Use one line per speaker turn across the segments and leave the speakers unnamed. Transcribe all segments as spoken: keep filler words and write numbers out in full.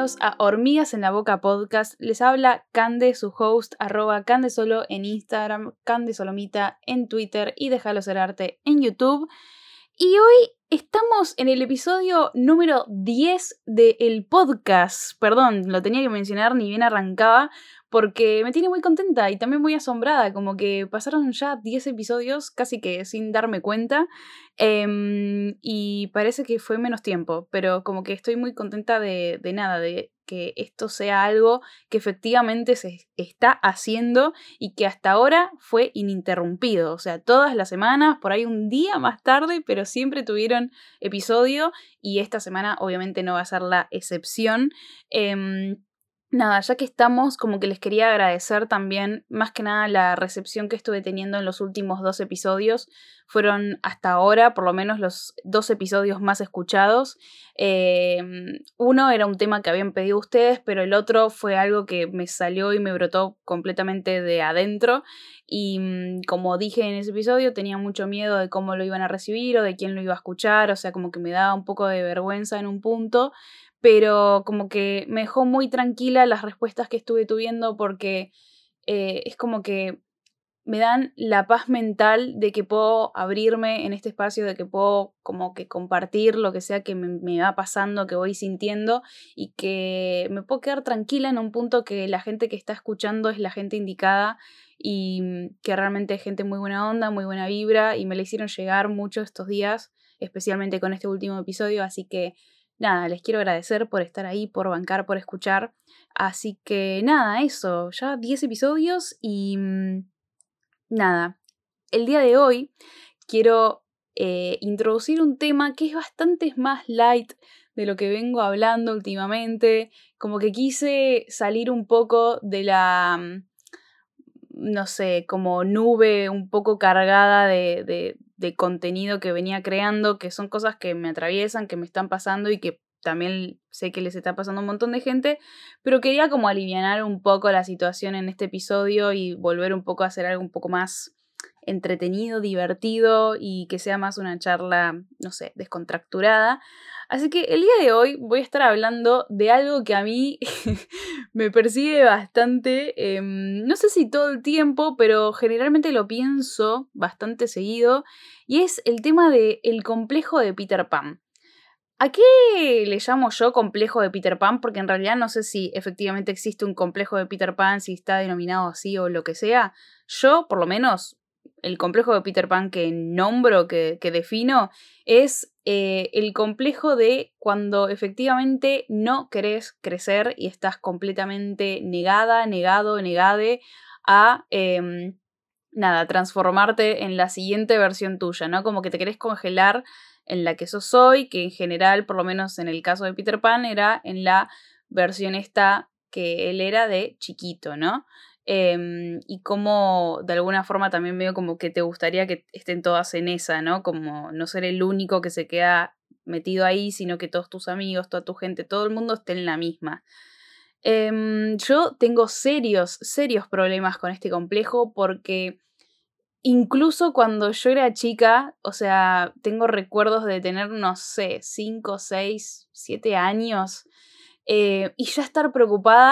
bienvenidos a Hormigas en la Boca Podcast. Les habla Cande, su host, arroba Candesolo en Instagram, Candesolomita en Twitter y Déjalo Ser Arte en YouTube. Y hoy estamos en el episodio número diez del podcast. Perdón, lo tenía que mencionar, ni bien arrancaba, porque me tiene muy contenta y también muy asombrada, como que pasaron ya diez episodios casi que sin darme cuenta, eh, y parece que fue menos tiempo, pero como que estoy muy contenta de, de nada, de que esto sea algo que efectivamente se está haciendo y que hasta ahora fue ininterrumpido, o sea, todas las semanas, por ahí un día más tarde, pero siempre tuvieron episodio y esta semana obviamente no va a ser la excepción. Eh, Nada, ya que estamos, como que les quería agradecer también, más que nada, la recepción que estuve teniendo en los últimos dos episodios. Fueron hasta ahora, por lo menos, los dos episodios más escuchados. Eh, uno era un tema que habían pedido ustedes, pero el otro fue algo que me salió y me brotó completamente de adentro. Y como dije en ese episodio, tenía mucho miedo de cómo lo iban a recibir o de quién lo iba a escuchar. O sea, como que me daba un poco de vergüenza en un punto. Pero como que me dejó muy tranquila las respuestas que estuve tuviendo porque eh, es como que me dan la paz mental de que puedo abrirme en este espacio, de que puedo como que compartir lo que sea que me, me va pasando, que voy sintiendo y que me puedo quedar tranquila en un punto que la gente que está escuchando es la gente indicada y que realmente es gente muy buena onda, muy buena vibra y me la hicieron llegar mucho estos días, especialmente con este último episodio, así que nada, les quiero agradecer por estar ahí, por bancar, por escuchar. Así que nada, eso, ya diez episodios y mmm, nada. El día de hoy quiero eh, introducir un tema que es bastante más light de lo que vengo hablando últimamente. Como que quise salir un poco de la, no sé, como nube un poco cargada de, de, de contenido que venía creando, que son cosas que me atraviesan, que me están pasando y que también sé que les está pasando a un montón de gente, pero quería como alivianar un poco la situación en este episodio y volver un poco a hacer algo un poco más entretenido, divertido y que sea más una charla, no sé, descontracturada. Así que el día de hoy voy a estar hablando de algo que a mí me persigue bastante, eh, no sé si todo el tiempo, pero generalmente lo pienso bastante seguido, y es el tema del complejo de Peter Pan. ¿A qué le llamo yo complejo de Peter Pan? Porque en realidad no sé si efectivamente existe un complejo de Peter Pan, si está denominado así o lo que sea. Yo, por lo menos, el complejo de Peter Pan que nombro, que, que defino, es eh, el complejo de cuando efectivamente no querés crecer y estás completamente negada, negado, negade a... Eh, nada, transformarte en la siguiente versión tuya, ¿no? Como que te querés congelar en la que sos hoy, que en general, por lo menos en el caso de Peter Pan, era en la versión esta que él era de chiquito, ¿no? Eh, y como de alguna forma también veo como que te gustaría que estén todas en esa, ¿no? Como no ser el único que se queda metido ahí, sino que todos tus amigos, toda tu gente, todo el mundo esté en la misma. Eh, yo tengo serios, serios problemas con este complejo porque incluso cuando yo era chica, o sea, tengo recuerdos de tener, no sé, cinco, seis, siete años eh, y ya estar preocupada.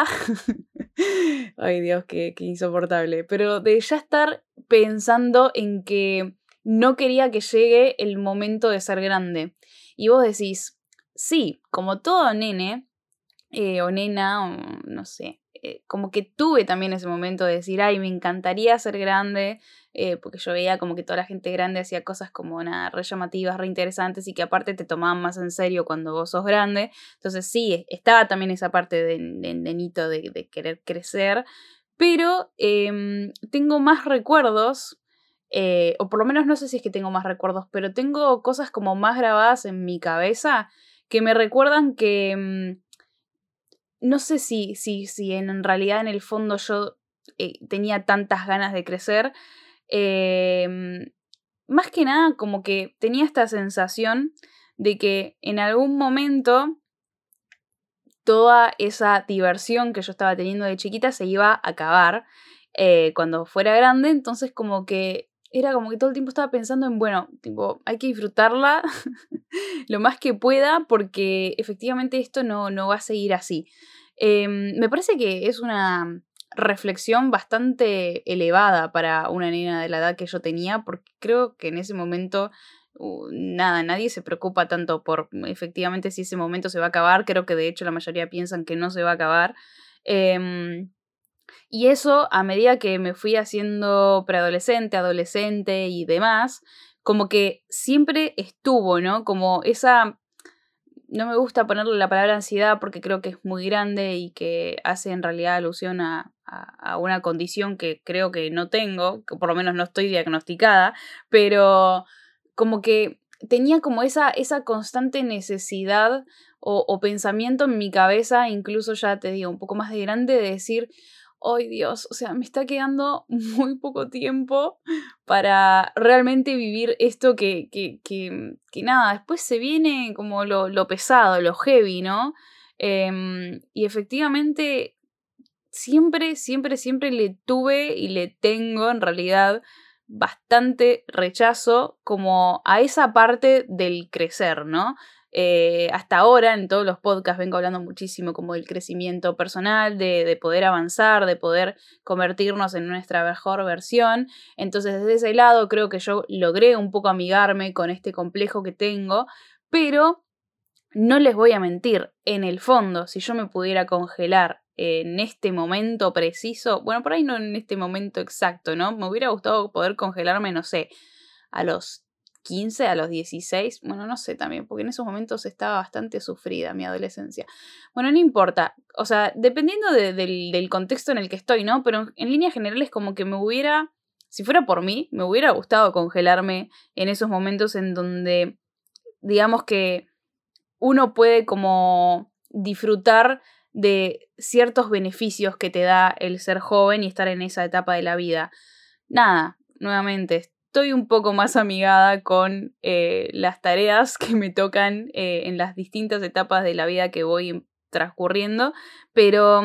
Ay Dios, qué, qué insoportable. Pero de ya estar pensando en que no quería que llegue el momento de ser grande. Y vos decís, sí, como todo nene, eh, o nena, o no sé, eh, como que tuve también ese momento de decir, ay, me encantaría ser grande, eh, porque yo veía como que toda la gente grande hacía cosas como nada, re llamativas, re interesantes y que aparte te tomaban más en serio cuando vos sos grande. Entonces sí, estaba también esa parte de, de nenito de, de querer crecer, pero eh, tengo más recuerdos. Eh, o por lo menos no sé si es que tengo más recuerdos, pero tengo cosas como más grabadas en mi cabeza que me recuerdan que, mm, no sé si, si, si en realidad en el fondo yo eh, tenía tantas ganas de crecer. Eh, Más que nada como que tenía esta sensación de que en algún momento toda esa diversión que yo estaba teniendo de chiquita se iba a acabar eh, cuando fuera grande. Entonces como que era como que todo el tiempo estaba pensando en, bueno, tipo, hay que disfrutarla lo más que pueda porque efectivamente esto no, no va a seguir así. Eh, me parece que es una reflexión bastante elevada para una nena de la edad que yo tenía, porque creo que en ese momento, uh, nada, nadie se preocupa tanto por efectivamente si ese momento se va a acabar. Creo que de hecho la mayoría piensan que no se va a acabar. Eh, y eso, a medida que me fui haciendo preadolescente, adolescente y demás, como que siempre estuvo, ¿no? Como esa, no me gusta ponerle la palabra ansiedad porque creo que es muy grande y que hace en realidad alusión a, a, a una condición que creo que no tengo, que por lo menos no estoy diagnosticada, pero como que tenía como esa, esa constante necesidad o, o pensamiento en mi cabeza, incluso ya te digo, un poco más de grande, de decir, ¡ay Dios! O sea, me está quedando muy poco tiempo para realmente vivir esto que, que, que, que nada, después se viene como lo, lo pesado, lo heavy, ¿no? Eh, y efectivamente, siempre, siempre, siempre le tuve y le tengo en realidad bastante rechazo como a esa parte del crecer, ¿no? Eh, hasta ahora en todos los podcasts vengo hablando muchísimo como del crecimiento personal, de, de poder avanzar, de poder convertirnos en nuestra mejor versión. Entonces desde ese lado creo que yo logré un poco amigarme con este complejo que tengo, pero no les voy a mentir, en el fondo, si yo me pudiera congelar en este momento preciso, bueno, por ahí no en este momento exacto, ¿no? Me hubiera gustado poder congelarme, no sé, a los quince, a los dieciséis, bueno, no sé también, porque en esos momentos estaba bastante sufrida mi adolescencia. Bueno, no importa, o sea, dependiendo de, del, del contexto en el que estoy, ¿no? Pero en, en líneas generales como que me hubiera, si fuera por mí, me hubiera gustado congelarme en esos momentos en donde, digamos que uno puede como disfrutar de ciertos beneficios que te da el ser joven y estar en esa etapa de la vida. Nada, nuevamente, estoy un poco más amigada con eh, las tareas que me tocan eh, en las distintas etapas de la vida que voy transcurriendo, pero,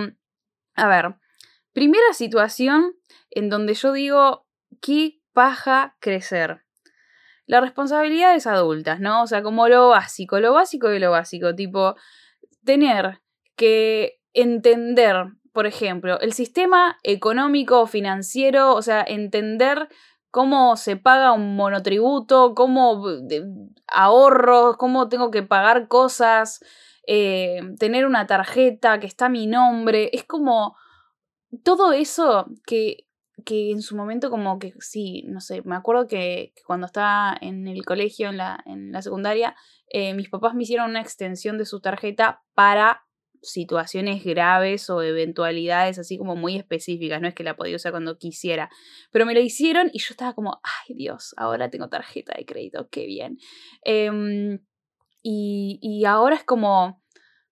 a ver, primera situación en donde yo digo, qué paja crecer. Las responsabilidades adultas, ¿no? O sea, como lo básico, lo básico de lo básico, tipo, tener que entender, por ejemplo, el sistema económico, financiero, o sea, entender cómo se paga un monotributo, cómo de, ahorros, cómo tengo que pagar cosas, eh, tener una tarjeta que está a mi nombre, es como todo eso que, que en su momento como que sí, no sé, me acuerdo que, que cuando estaba en el colegio, en la, en la secundaria, eh, mis papás me hicieron una extensión de su tarjeta para situaciones graves o eventualidades así como muy específicas, no es que la podía usar cuando quisiera, pero me la hicieron y yo estaba como, ay Dios, ahora tengo tarjeta de crédito, qué bien. Eh, y, y ahora es como,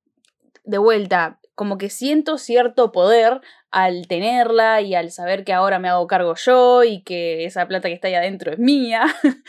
de vuelta, como que siento cierto poder al tenerla y al saber que ahora me hago cargo yo y que esa plata que está ahí adentro es mía,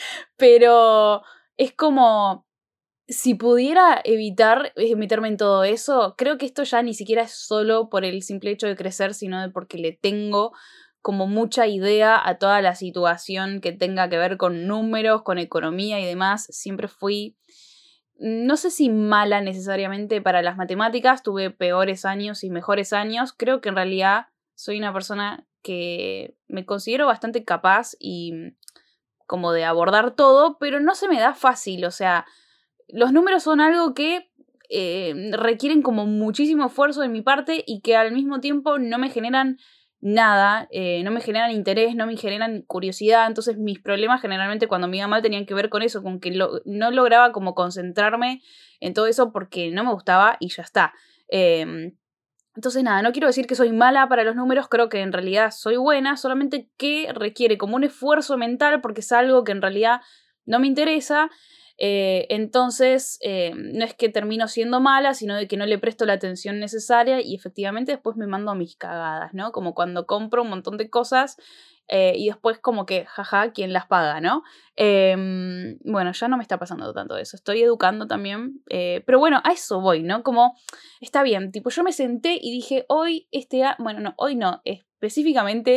pero es como, si pudiera evitar meterme en todo eso, creo que esto ya ni siquiera es solo por el simple hecho de crecer, sino de porque le tengo como mucha idea a toda la situación que tenga que ver con números, con economía y demás. Siempre fui, no sé si mala necesariamente para las matemáticas, tuve peores años y mejores años. Creo que en realidad soy una persona que me considero bastante capaz y como de abordar todo, pero no se me da fácil, o sea, los números son algo que eh, requieren como muchísimo esfuerzo de mi parte y que al mismo tiempo no me generan nada, eh, no me generan interés, no me generan curiosidad. Entonces mis problemas generalmente cuando me iba mal tenían que ver con eso, con que lo, no lograba como concentrarme en todo eso porque no me gustaba y ya está. Eh, entonces nada, no quiero decir que soy mala para los números, creo que en realidad soy buena, solamente que requiere como un esfuerzo mental porque es algo que en realidad no me interesa. Eh, entonces, eh, no es que termino siendo mala, sino de que no le presto la atención necesaria y efectivamente después me mando mis cagadas, ¿no? Como cuando compro un montón de cosas eh, y después como que, jaja, ¿quién las paga, no? Eh, bueno, ya no me está pasando tanto eso, estoy educando también, eh, pero bueno, a eso voy, ¿no? Como, está bien, tipo, yo me senté y dije, hoy este, a bueno, no, hoy no, específicamente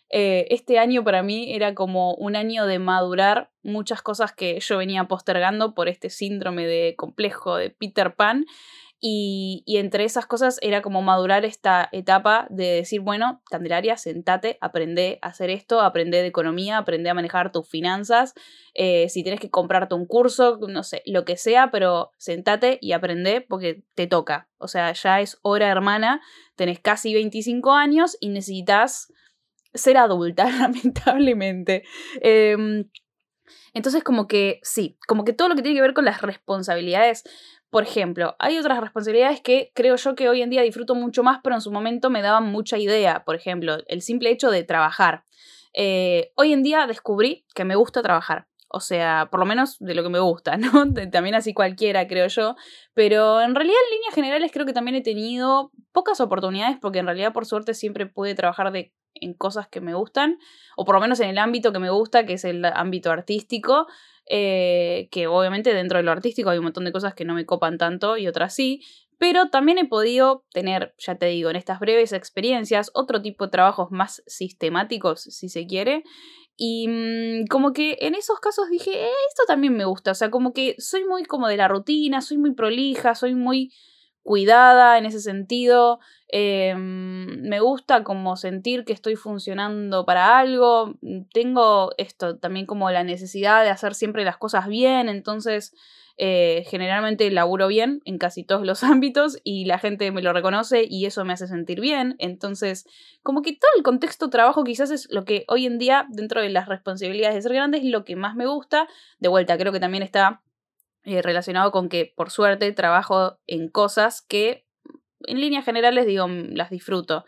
Eh, este año para mí era como un año de madurar muchas cosas que yo venía postergando por este síndrome de complejo de Peter Pan. Y, y entre esas cosas era como madurar esta etapa de decir, bueno, Candelaria, sentate, aprende a hacer esto, aprende de economía, aprende a manejar tus finanzas, eh, si tienes que comprarte un curso, no sé, lo que sea, pero sentate y aprende porque te toca. O sea, ya es hora, hermana, tenés casi veinticinco años y necesitas ser adulta, lamentablemente. Eh, entonces, como que sí, como que todo lo que tiene que ver con las responsabilidades. Por ejemplo, hay otras responsabilidades que creo yo que hoy en día disfruto mucho más, pero en su momento me daban mucha idea. Por ejemplo, el simple hecho de trabajar. Eh, hoy en día descubrí que me gusta trabajar. O sea, por lo menos de lo que me gusta, ¿no? De- también así cualquiera, creo yo. Pero en realidad, en líneas generales, creo que también he tenido pocas oportunidades, porque en realidad, por suerte, siempre pude trabajar de, en cosas que me gustan, o por lo menos en el ámbito que me gusta, que es el ámbito artístico. Eh, que obviamente dentro de lo artístico hay un montón de cosas que no me copan tanto y otras sí, pero también he podido tener, ya te digo, en estas breves experiencias, otro tipo de trabajos más sistemáticos, si se quiere, y mmm, como que en esos casos dije, eh, esto también me gusta, o sea, como que soy muy como de la rutina, soy muy prolija, soy muy cuidada en ese sentido, eh, me gusta como sentir que estoy funcionando para algo, tengo esto también como la necesidad de hacer siempre las cosas bien, entonces eh, generalmente laburo bien en casi todos los ámbitos y la gente me lo reconoce y eso me hace sentir bien, entonces como que todo el contexto trabajo quizás es lo que hoy en día dentro de las responsabilidades de ser grande es lo que más me gusta, de vuelta creo que también está eh, relacionado con que, por suerte, trabajo en cosas que, en líneas generales, digo, las disfruto.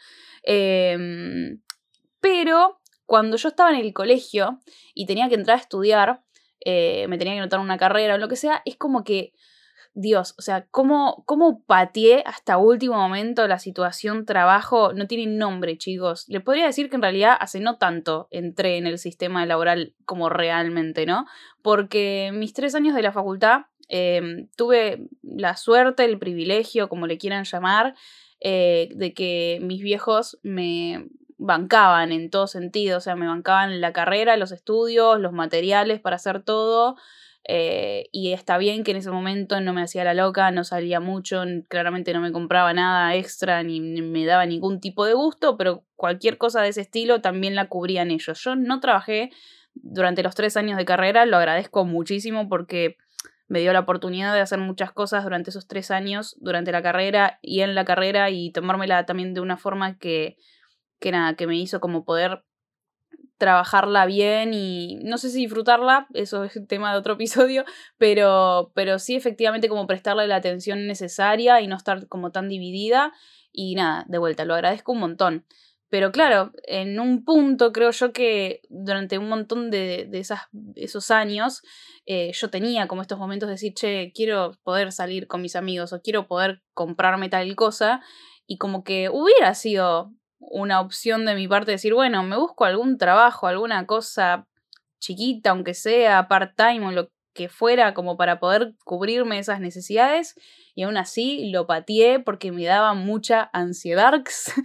Eh, pero cuando yo estaba en el colegio y tenía que entrar a estudiar, eh, me tenía que anotar una carrera o lo que sea, es como que Dios, o sea, cómo, cómo pateé hasta último momento la situación trabajo, no tiene nombre, chicos. Le podría decir que en realidad hace no tanto entré en el sistema laboral como realmente, ¿no? Porque mis tres años de la facultad eh, tuve la suerte, el privilegio, como le quieran llamar, eh, de que mis viejos me bancaban en todo sentido, o sea, me bancaban la carrera, los estudios, los materiales para hacer todo. Eh, y está bien que en ese momento no me hacía la loca, no salía mucho, claramente no me compraba nada extra ni, ni me daba ningún tipo de gusto, pero cualquier cosa de ese estilo también la cubrían ellos. Yo no trabajé durante los tres años de carrera, lo agradezco muchísimo porque me dio la oportunidad de hacer muchas cosas durante esos tres años, durante la carrera y en la carrera y tomármela también de una forma que, que nada, que me hizo como poder trabajarla bien y no sé si disfrutarla, eso es tema de otro episodio, pero, pero sí efectivamente como prestarle la atención necesaria y no estar como tan dividida y nada, de vuelta, lo agradezco un montón. Pero claro, en un punto creo yo que durante un montón de, de esas, esos años eh, yo tenía como estos momentos de decir, che, quiero poder salir con mis amigos o quiero poder comprarme tal cosa y como que hubiera sido una opción de mi parte decir, bueno, me busco algún trabajo, alguna cosa chiquita, aunque sea part-time o lo que fuera, como para poder cubrirme esas necesidades. Y aún así lo pateé porque me daba mucha ansiedad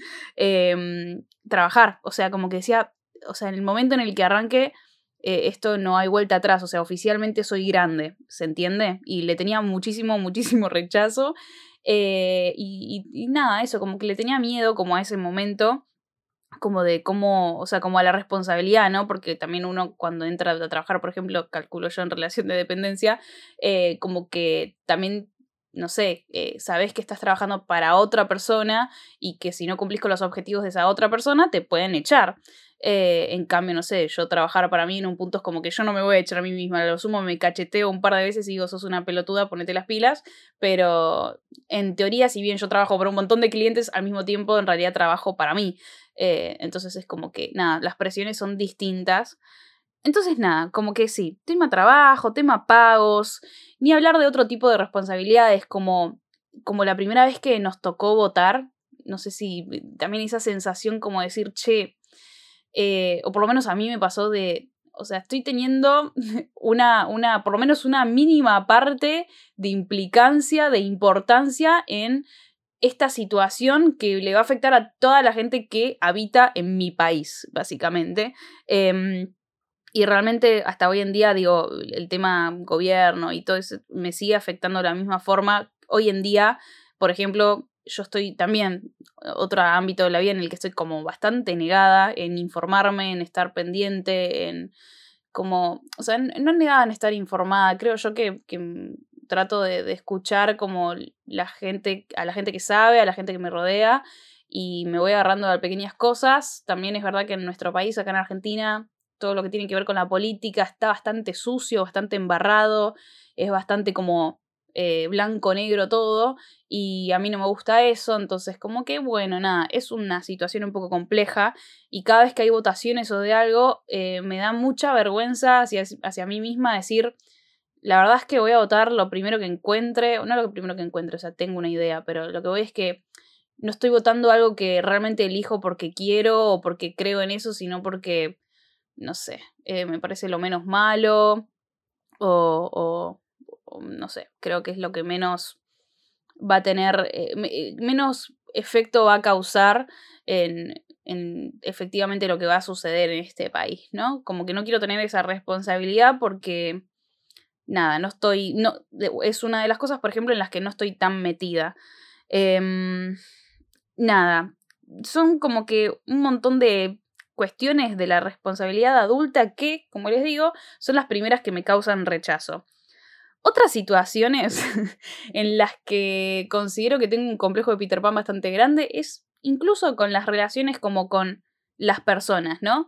eh, trabajar. O sea, como que decía, o sea, en el momento en el que arranque, eh, esto no hay vuelta atrás. O sea, oficialmente soy grande, ¿se entiende? Y le tenía muchísimo, muchísimo rechazo. Eh, y, y, y nada, eso, como que le tenía miedo como a ese momento, como de cómo, o sea, como a la responsabilidad, ¿no? Porque también uno cuando entra a trabajar, por ejemplo, calculo yo en relación de dependencia, eh, como que también, no sé, eh, sabes que estás trabajando para otra persona y que si no cumplís con los objetivos de esa otra persona, te pueden echar. Eh, en cambio, no sé, yo trabajar para mí en un punto es como que yo no me voy a echar a mí misma, a lo sumo me cacheteo un par de veces y digo, sos una pelotuda, ponete las pilas, pero en teoría, si bien yo trabajo para un montón de clientes, al mismo tiempo en realidad trabajo para mí. Eh, entonces es como que, nada, las presiones son distintas. Entonces, nada, como que sí, tema trabajo, tema pagos, ni hablar de otro tipo de responsabilidades, como, como la primera vez que nos tocó votar, no sé si también esa sensación como decir, che, eh, o por lo menos a mí me pasó de, o sea, estoy teniendo una, una, por lo menos una mínima parte de implicancia, de importancia en esta situación que le va a afectar a toda la gente que habita en mi país, básicamente. Eh, y realmente hasta hoy en día, digo, el tema gobierno y todo eso me sigue afectando de la misma forma. Hoy en día, por ejemplo, yo estoy también, otro ámbito de la vida en el que estoy como bastante negada en informarme, en estar pendiente, en como, o sea, no negada en estar informada, creo yo que, que trato de, de escuchar como la gente, a la gente que sabe, a la gente que me rodea, y me voy agarrando a pequeñas cosas. También es verdad que en nuestro país, acá en Argentina, todo lo que tiene que ver con la política está bastante sucio, bastante embarrado, es bastante como eh, blanco-negro todo, y a mí no me gusta eso, entonces como que bueno, nada, es una situación un poco compleja, y cada vez que hay votaciones o de algo, eh, me da mucha vergüenza hacia, hacia mí misma decir, la verdad es que voy a votar lo primero que encuentre, no lo primero que encuentre, o sea, tengo una idea, pero lo que voy es que no estoy votando algo que realmente elijo porque quiero o porque creo en eso, sino porque, no sé, eh, me parece lo menos malo o, o, o no sé, creo que es lo que menos va a tener, eh, me- menos efecto va a causar en, en efectivamente lo que va a suceder en este país, ¿no? Como que no quiero tener esa responsabilidad porque, nada, no estoy, no, de- es una de las cosas, por ejemplo, en las que no estoy tan metida. Em, nada, son como que un montón de cuestiones de la responsabilidad adulta que, como les digo, son las primeras que me causan rechazo. Otras situaciones en las que considero que tengo un complejo de Peter Pan bastante grande es incluso con las relaciones como con las personas, ¿no?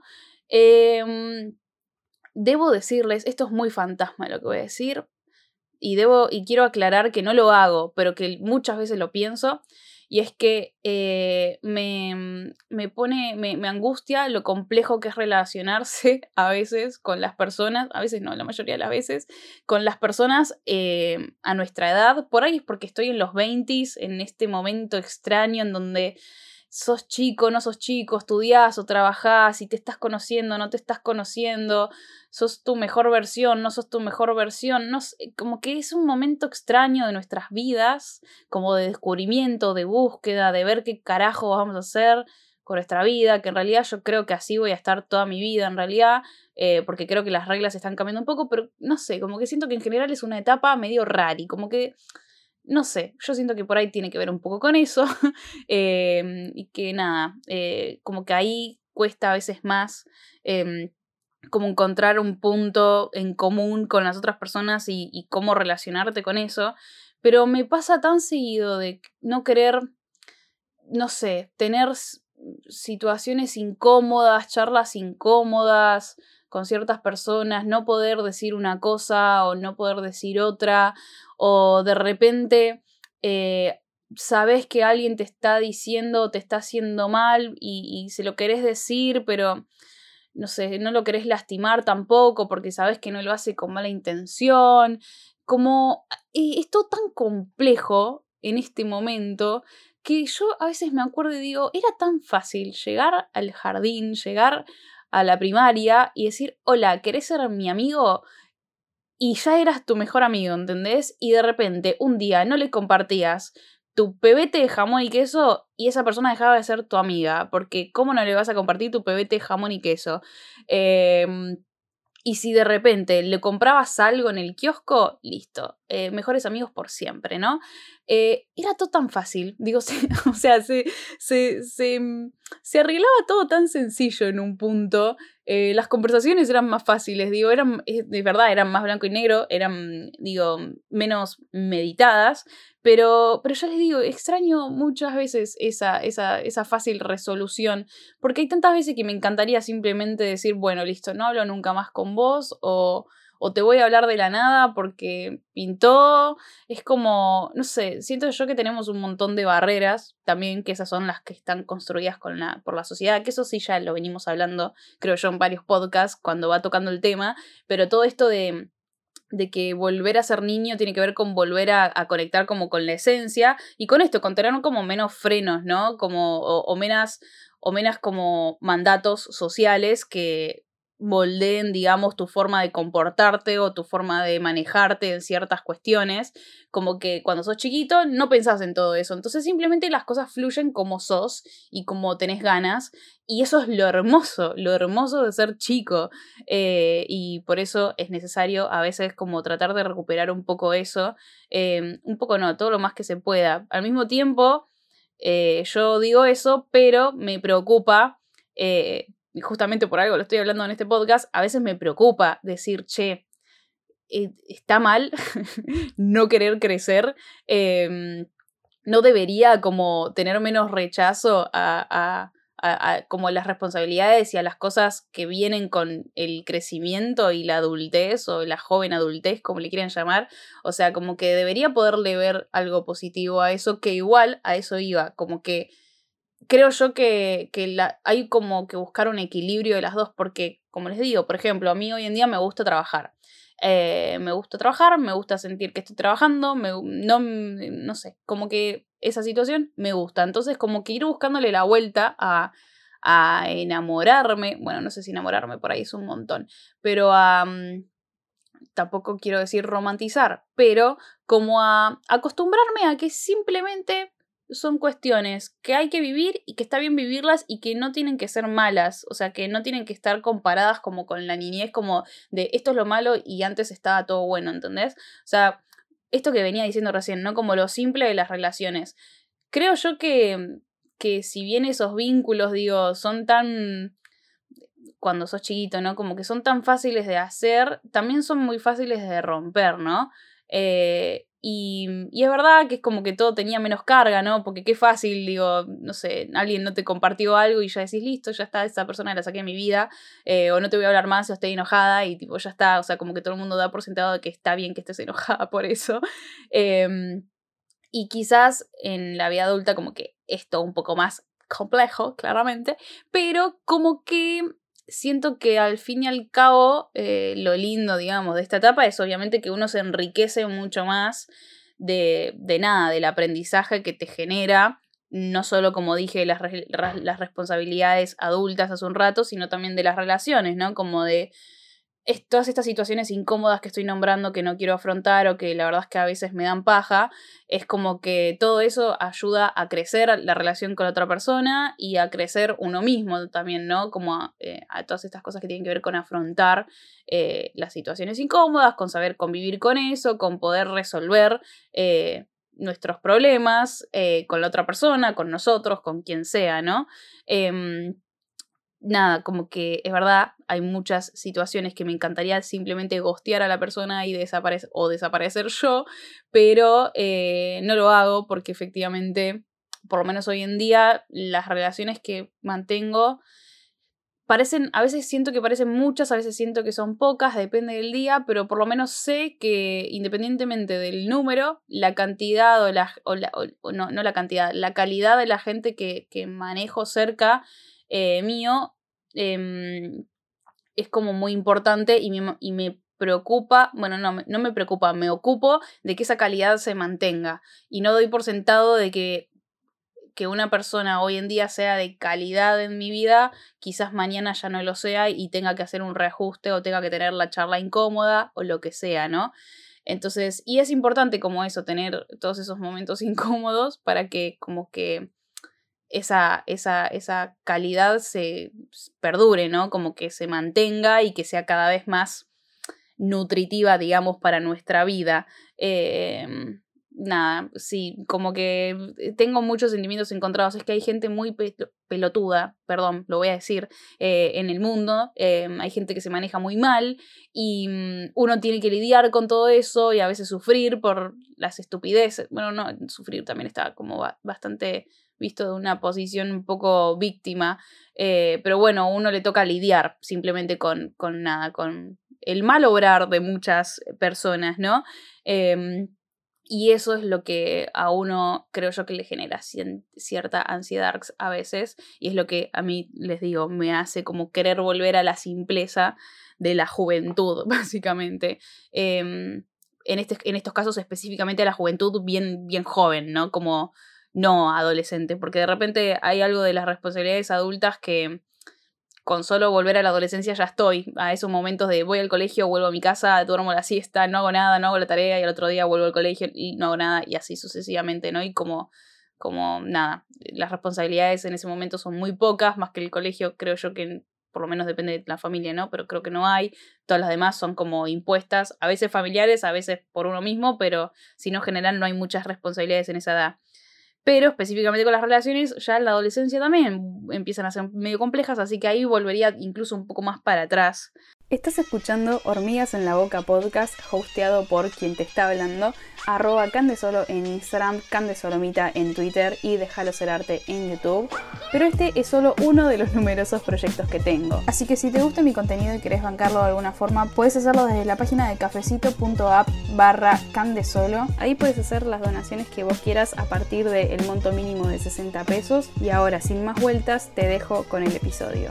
Em, debo decirles, esto es muy fantasma lo que voy a decir, y debo, y quiero aclarar que no lo hago, pero que muchas veces lo pienso, y es que eh, me, me pone, me, me angustia lo complejo que es relacionarse a veces con las personas, a veces no, la mayoría de las veces, con las personas eh, a nuestra edad. Por ahí es porque estoy en los veinte, en este momento extraño en donde sos chico, no sos chico, estudiás o trabajás y te estás conociendo, no te estás conociendo, sos tu mejor versión, no sos tu mejor versión, no sé, como que es un momento extraño de nuestras vidas, como de descubrimiento, de búsqueda, de ver qué carajo vamos a hacer con nuestra vida, que en realidad yo creo que así voy a estar toda mi vida en realidad, eh, porque creo que las reglas están cambiando un poco, pero no sé, como que siento que en general es una etapa medio rara y como que no sé, yo siento que por ahí tiene que ver un poco con eso. eh, y que nada, eh, como que ahí cuesta a veces más eh, como encontrar un punto en común con las otras personas y, y cómo relacionarte con eso. Pero me pasa tan seguido de no querer, no sé, tener s- situaciones incómodas, charlas incómodas con ciertas personas, no poder decir una cosa o no poder decir otra, o de repente eh, sabes que alguien te está diciendo, te está haciendo mal y, y se lo querés decir, pero no sé, no lo querés lastimar tampoco porque sabes que no lo hace con mala intención. Como eh, es todo tan complejo en este momento que yo a veces me acuerdo y digo, era tan fácil llegar al jardín, llegar a la primaria y decir, hola, ¿querés ser mi amigo? Y ya eras tu mejor amigo, ¿entendés? Y de repente, un día no le compartías tu pebete de jamón y queso y esa persona dejaba de ser tu amiga, porque ¿cómo no le vas a compartir tu pebete de jamón y queso? Eh, y si de repente le comprabas algo en el kiosco, listo, eh, mejores amigos por siempre, ¿no? Eh, era todo tan fácil, digo, se- o sea, se, se, se, mm, se arreglaba todo tan sencillo en un punto, eh, las conversaciones eran más fáciles, digo, eran, eh, de verdad, eran más blanco y negro, eran, digo, menos meditadas, pero, pero ya les digo, extraño muchas veces esa, esa, esa fácil resolución porque hay tantas veces que me encantaría simplemente decir, bueno, listo, no hablo nunca más con vos o, o te voy a hablar de la nada porque pintó. Es como, no sé, siento yo que tenemos un montón de barreras también, que esas son las que están construidas con la, por la sociedad, que eso sí ya lo venimos hablando, creo yo, en varios podcasts cuando va tocando el tema, pero todo esto de de que volver a ser niño tiene que ver con volver a, a conectar como con la esencia y con esto, con tener como menos frenos, ¿no? Como, o, o menos, o menos como mandatos sociales que, moldeen, digamos, tu forma de comportarte o tu forma de manejarte en ciertas cuestiones, como que cuando sos chiquito no pensás en todo eso, entonces simplemente las cosas fluyen como sos y como tenés ganas, y eso es lo hermoso, lo hermoso de ser chico, eh, y por eso es necesario a veces como tratar de recuperar un poco eso, eh, un poco no, todo lo más que se pueda. Al mismo tiempo, eh, yo digo eso, pero me preocupa, eh, y justamente por algo lo estoy hablando en este podcast, a veces me preocupa decir, che, eh, está mal no querer crecer, eh, no debería como tener menos rechazo a, a, a, a como las responsabilidades y a las cosas que vienen con el crecimiento y la adultez o la joven adultez, como le quieran llamar. O sea, como que debería poderle ver algo positivo a eso, que igual a eso iba, como que creo yo que, que la, hay como que buscar un equilibrio de las dos, porque, como les digo, por ejemplo, a mí hoy en día me gusta trabajar. Eh, me gusta trabajar, me gusta sentir que estoy trabajando, me, no, no sé, como que esa situación me gusta. Entonces, como que ir buscándole la vuelta a, a enamorarme, bueno, no sé si enamorarme por ahí es un montón, pero a... Um, tampoco quiero decir romantizar, pero como a acostumbrarme a que simplemente son cuestiones que hay que vivir y que está bien vivirlas y que no tienen que ser malas, o sea, que no tienen que estar comparadas como con la niñez, como de esto es lo malo y antes estaba todo bueno, ¿entendés? O sea, esto que venía diciendo recién, ¿no? Como lo simple de las relaciones. Creo yo que, que si bien esos vínculos, digo, son tan cuando sos chiquito, ¿no? Como que son tan fáciles de hacer, también son muy fáciles de romper, ¿no? Eh, y, y es verdad que es como que todo tenía menos carga, ¿no? Porque qué fácil, digo, no sé, alguien no te compartió algo y ya decís, listo, ya está, esa persona la saqué de mi vida, eh, o no te voy a hablar más o estoy enojada y tipo, ya está, o sea, como que todo el mundo da por sentado de que está bien que estés enojada por eso. Eh, y quizás en la vida adulta como que esto un poco más complejo, claramente, pero como que siento que al fin y al cabo eh, lo lindo, digamos, de esta etapa es obviamente que uno se enriquece mucho más de, de nada, del aprendizaje que te genera, no solo como dije, las, re- las responsabilidades adultas hace un rato, sino también de las relaciones, ¿no? Como de es, todas estas situaciones incómodas que estoy nombrando que no quiero afrontar o que la verdad es que a veces me dan paja, es como que todo eso ayuda a crecer la relación con la otra persona y a crecer uno mismo también, ¿no? Como a, eh, a todas estas cosas que tienen que ver con afrontar eh, las situaciones incómodas, con saber convivir con eso, con poder resolver eh, nuestros problemas eh, con la otra persona, con nosotros, con quien sea, ¿no? Eh, Nada, como que es verdad, hay muchas situaciones que me encantaría simplemente ghostear a la persona y desaparecer o desaparecer yo, pero eh, no lo hago porque efectivamente, por lo menos hoy en día, las relaciones que mantengo parecen, a veces siento que parecen muchas, a veces siento que son pocas, depende del día, pero por lo menos sé que independientemente del número, la cantidad o la, o la o, o no, no la cantidad, la calidad de la gente que, que manejo cerca eh, mío eh, es como muy importante y me, y me preocupa, bueno, no, no me preocupa, me ocupo de que esa calidad se mantenga y no doy por sentado de que que una persona hoy en día sea de calidad en mi vida, quizás mañana ya no lo sea y tenga que hacer un reajuste o tenga que tener la charla incómoda o lo que sea, ¿no? Entonces, y es importante como eso, tener todos esos momentos incómodos para que como que esa, esa, esa calidad se perdure, ¿no? Como que se mantenga y que sea cada vez más nutritiva, digamos, para nuestra vida. Eh, nada, sí, como que tengo muchos sentimientos encontrados. Es que hay gente muy pe- pelotuda, perdón, lo voy a decir, eh, en el mundo. Eh, hay gente que se maneja muy mal y mm, uno tiene que lidiar con todo eso y a veces sufrir por las estupideces. Bueno, no, sufrir también está como ba- bastante visto de una posición un poco víctima. Eh, pero bueno, uno le toca lidiar simplemente con, con nada, con el mal obrar de muchas personas, ¿no? Eh, y eso es lo que a uno creo yo que le genera cien, cierta ansiedad a veces, y es lo que a mí, les digo, me hace como querer volver a la simpleza de la juventud, básicamente. Eh, en, este, en estos casos específicamente a la juventud bien, bien joven, ¿no? Como no adolescente, porque de repente hay algo de las responsabilidades adultas que con solo volver a la adolescencia ya estoy, a esos momentos de voy al colegio, vuelvo a mi casa, duermo la siesta, no hago nada, no hago la tarea y al otro día vuelvo al colegio y no hago nada y así sucesivamente, ¿no? Y como, como nada, las responsabilidades en ese momento son muy pocas, más que el colegio creo yo que por lo menos depende de la familia, ¿no? Pero creo que no hay, todas las demás son como impuestas, a veces familiares, a veces por uno mismo, pero si no en general no hay muchas responsabilidades en esa edad. Pero específicamente con las relaciones, ya en la adolescencia también empiezan a ser medio complejas, así que ahí volvería incluso un poco más para atrás. Estás escuchando Hormigas en la Boca podcast, hosteado por quien te está hablando, arroba Candesolo en Instagram, Candesolomita en Twitter y Déjalo Ser Arte en YouTube. Pero este es solo uno de los numerosos proyectos que tengo. Así que si te gusta mi contenido y querés bancarlo de alguna forma, puedes hacerlo desde la página de cafecito.app barra Candesolo. Ahí puedes hacer las donaciones que vos quieras a partir del monto mínimo de sesenta pesos. Y ahora, sin más vueltas, te dejo con el episodio.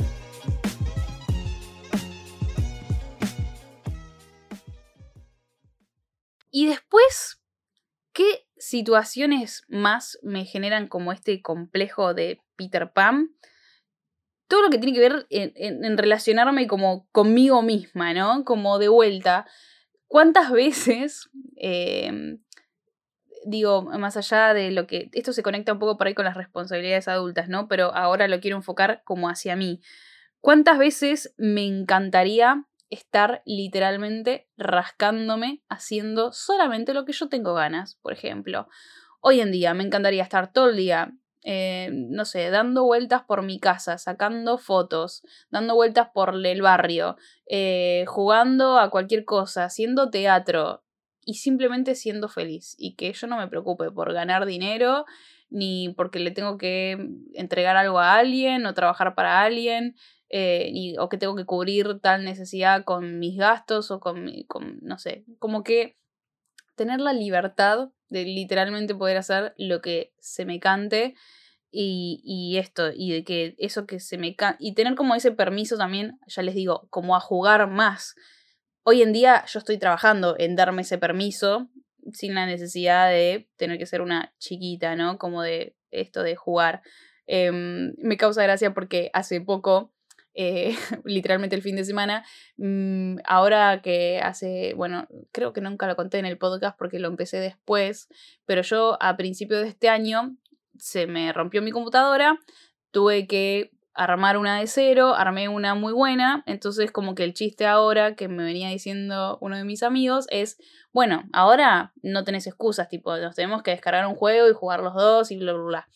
Y después, ¿qué situaciones más me generan como este complejo de Peter Pan? Todo lo que tiene que ver en, en, en relacionarme como conmigo misma, ¿no? Como de vuelta. ¿Cuántas veces, eh, digo, más allá de lo que... Esto se conecta un poco por ahí con las responsabilidades adultas, ¿no? Pero ahora lo quiero enfocar como hacia mí. ¿Cuántas veces me encantaría estar literalmente rascándome haciendo solamente lo que yo tengo ganas? Por ejemplo, hoy en día me encantaría estar todo el día, eh, no sé, dando vueltas por mi casa, sacando fotos, dando vueltas por el barrio, eh, jugando a cualquier cosa, haciendo teatro y simplemente siendo feliz. Y que yo no me preocupe por ganar dinero, ni porque le tengo que entregar algo a alguien o trabajar para alguien. Eh, y, o que tengo que cubrir tal necesidad con mis gastos o con, mi, con, no sé, como que tener la libertad de literalmente poder hacer lo que se me cante y, y esto, y de que eso que se me cante, y tener como ese permiso también, ya les digo, como a jugar más. Hoy en día yo estoy trabajando en darme ese permiso sin la necesidad de tener que ser una chiquita, ¿no? Como de esto de jugar. Eh, me causa gracia porque hace poco... Eh, literalmente el fin de semana, mmm, ahora que hace, bueno, creo que nunca lo conté en el podcast porque lo empecé después, pero yo a principios de este año se me rompió mi computadora, tuve que armar una de cero, armé una muy buena, entonces como que el chiste ahora que me venía diciendo uno de mis amigos es, bueno, ahora no tenés excusas, tipo, nos tenemos que descargar un juego y jugar los dos y bla, bla, bla.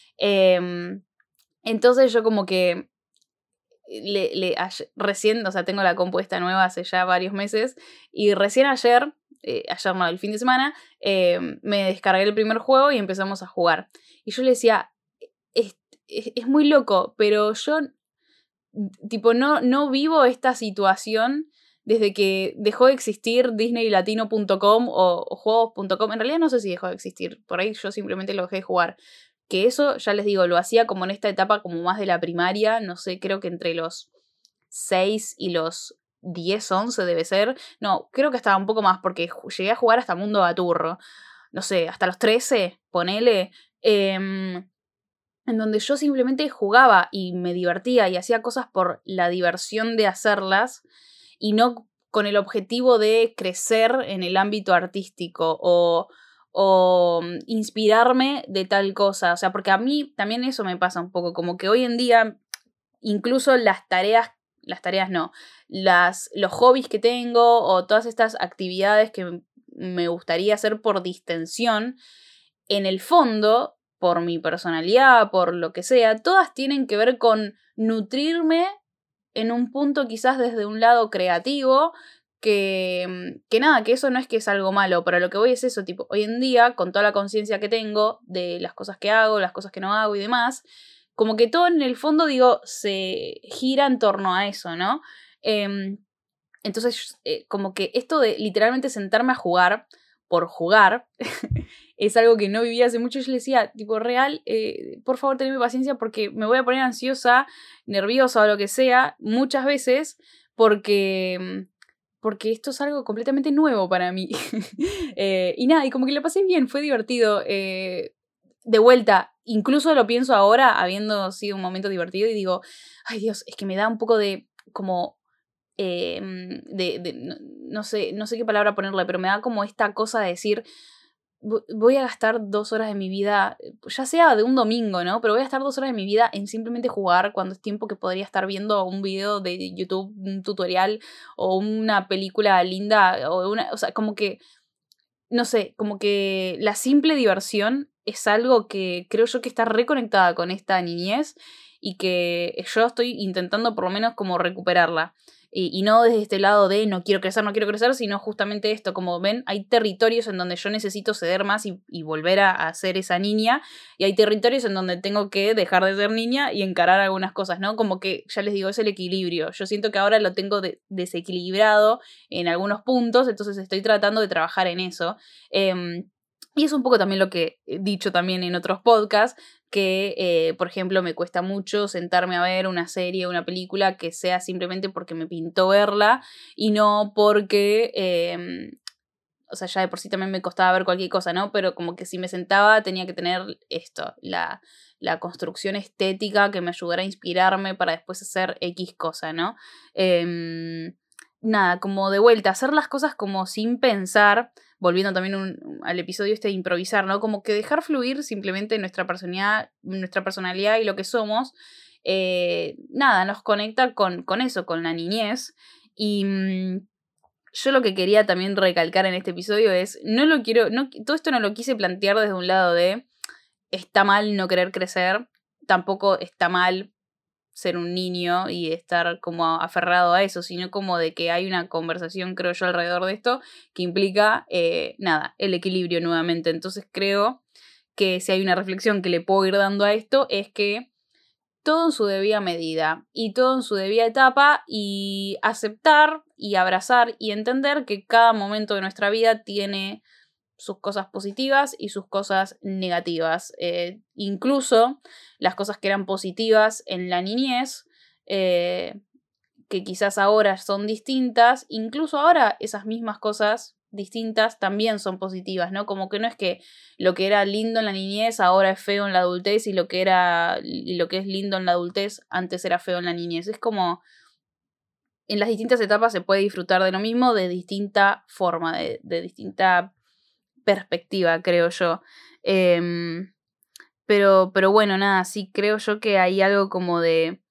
Eh, entonces yo como que Le, le, ayer, recién, o sea, tengo la compuesta nueva hace ya varios meses y recién ayer, eh, ayer no, el fin de semana, eh, me descargué el primer juego y empezamos a jugar. Y yo le decía, es, es, es muy loco, pero yo, tipo, no, no vivo esta situación desde que dejó de existir disney latino punto com o, o juegos punto com. En realidad no sé si dejó de existir, por ahí yo simplemente lo dejé de jugar. Que eso, ya les digo, lo hacía como en esta etapa como más de la primaria, no sé, creo que entre los seis y los diez, once debe ser. No, creo que estaba un poco más porque llegué a jugar hasta Mundo Baturro. No sé, hasta los trece, ponele. Eh, en donde yo simplemente jugaba y me divertía y hacía cosas por la diversión de hacerlas y no con el objetivo de crecer en el ámbito artístico o... o inspirarme de tal cosa, o sea, porque a mí también eso me pasa un poco, como que hoy en día incluso las tareas, las tareas no, las, los hobbies que tengo o todas estas actividades que me gustaría hacer por distensión, en el fondo, por mi personalidad, por lo que sea, todas tienen que ver con nutrirme en un punto quizás desde un lado creativo, Que, que nada, que eso no es que es algo malo, pero lo que voy es eso, tipo, hoy en día, con toda la conciencia que tengo de las cosas que hago, las cosas que no hago y demás, como que todo en el fondo, digo, se gira en torno a eso, ¿no? Eh, entonces, eh, como que esto de literalmente sentarme a jugar por jugar es algo que no vivía hace mucho. Yo le decía, tipo, real, eh, por favor, teneme paciencia porque me voy a poner ansiosa, nerviosa o lo que sea, muchas veces, porque... porque esto es algo completamente nuevo para mí. eh, y nada, y como que lo pasé bien, fue divertido. Eh, de vuelta, incluso lo pienso ahora, habiendo sido un momento divertido, y digo, ay Dios, es que me da un poco de, como, eh, de, de no, no sé, no sé qué palabra ponerle, pero me da como esta cosa de decir, voy a gastar dos horas de mi vida, ya sea de un domingo, ¿no? Pero voy a gastar dos horas de mi vida en simplemente jugar cuando es tiempo que podría estar viendo un video de YouTube, un tutorial o una película linda o una, o sea, como que, no sé, como que la simple diversión es algo que creo yo que está reconectada con esta niñez y que yo estoy intentando por lo menos como recuperarla. Y, y no desde este lado de no quiero crecer, no quiero crecer, sino justamente esto, como ven, hay territorios en donde yo necesito ceder más y, y volver a, a ser esa niña, y hay territorios en donde tengo que dejar de ser niña y encarar algunas cosas, ¿no? Como que, ya les digo, es el equilibrio. Yo siento que ahora lo tengo de, desequilibrado en algunos puntos, entonces estoy tratando de trabajar en eso. Eh, y es un poco también lo que he dicho también en otros podcasts, que, eh, por ejemplo, me cuesta mucho sentarme a ver una serie o una película que sea simplemente porque me pintó verla y no porque, eh, o sea, ya de por sí también me costaba ver cualquier cosa, ¿no? Pero como que si me sentaba tenía que tener esto, la, la construcción estética que me ayudara a inspirarme para después hacer X cosa, ¿no? Eh, nada, como de vuelta, hacer las cosas como sin pensar, volviendo también un, al episodio este de improvisar, ¿no? Como que dejar fluir simplemente nuestra personalidad, nuestra personalidad y lo que somos, eh, nada, nos conecta con, con eso, con la niñez. Y mmm, yo lo que quería también recalcar en este episodio es, no lo quiero, no, todo esto no lo quise plantear desde un lado de está mal no querer crecer, tampoco está mal ser un niño y estar como aferrado a eso, sino como de que hay una conversación, creo yo, alrededor de esto que implica, eh, nada, el equilibrio nuevamente. Entonces creo que si hay una reflexión que le puedo ir dando a esto es que todo en su debida medida y todo en su debida etapa, y aceptar y abrazar y entender que cada momento de nuestra vida tiene sus cosas positivas y sus cosas negativas. Eh, incluso las cosas que eran positivas en la niñez, eh, que quizás ahora son distintas, incluso ahora esas mismas cosas distintas también son positivas, ¿no? Como que no es que lo que era lindo en la niñez ahora es feo en la adultez y lo que era y lo que es lindo en la adultez antes era feo en la niñez. Es como en las distintas etapas se puede disfrutar de lo mismo de distinta forma, de, de distinta perspectiva, creo yo. Eh, pero, pero bueno, nada, sí creo yo que hay algo como de,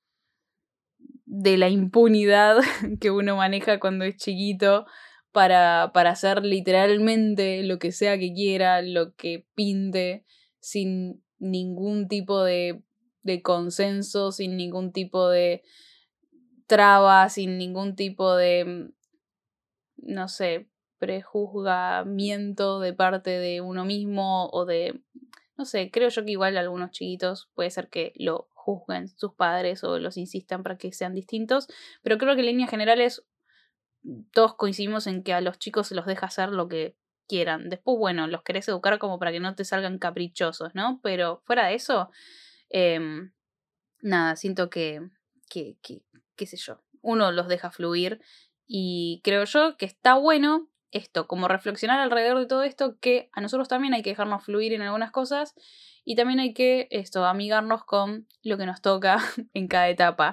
de la impunidad que uno maneja cuando es chiquito para, para hacer literalmente lo que sea que quiera, lo que pinte, sin ningún tipo de, de consenso, sin ningún tipo de traba, sin ningún tipo de, no sé, prejuzgamiento de parte de uno mismo o de, no sé, creo yo que igual algunos chiquitos puede ser que lo juzguen sus padres o los insistan para que sean distintos, pero creo que en líneas generales todos coincidimos en que a los chicos se los deja hacer lo que quieran. Después, bueno, los querés educar como para que no te salgan caprichosos, ¿no? Pero fuera de eso, eh, nada, siento que, que, que, qué sé yo, uno los deja fluir y creo yo que está bueno esto, como reflexionar alrededor de todo esto, que a nosotros también hay que dejarnos fluir en algunas cosas y también hay que, esto, amigarnos con lo que nos toca en cada etapa.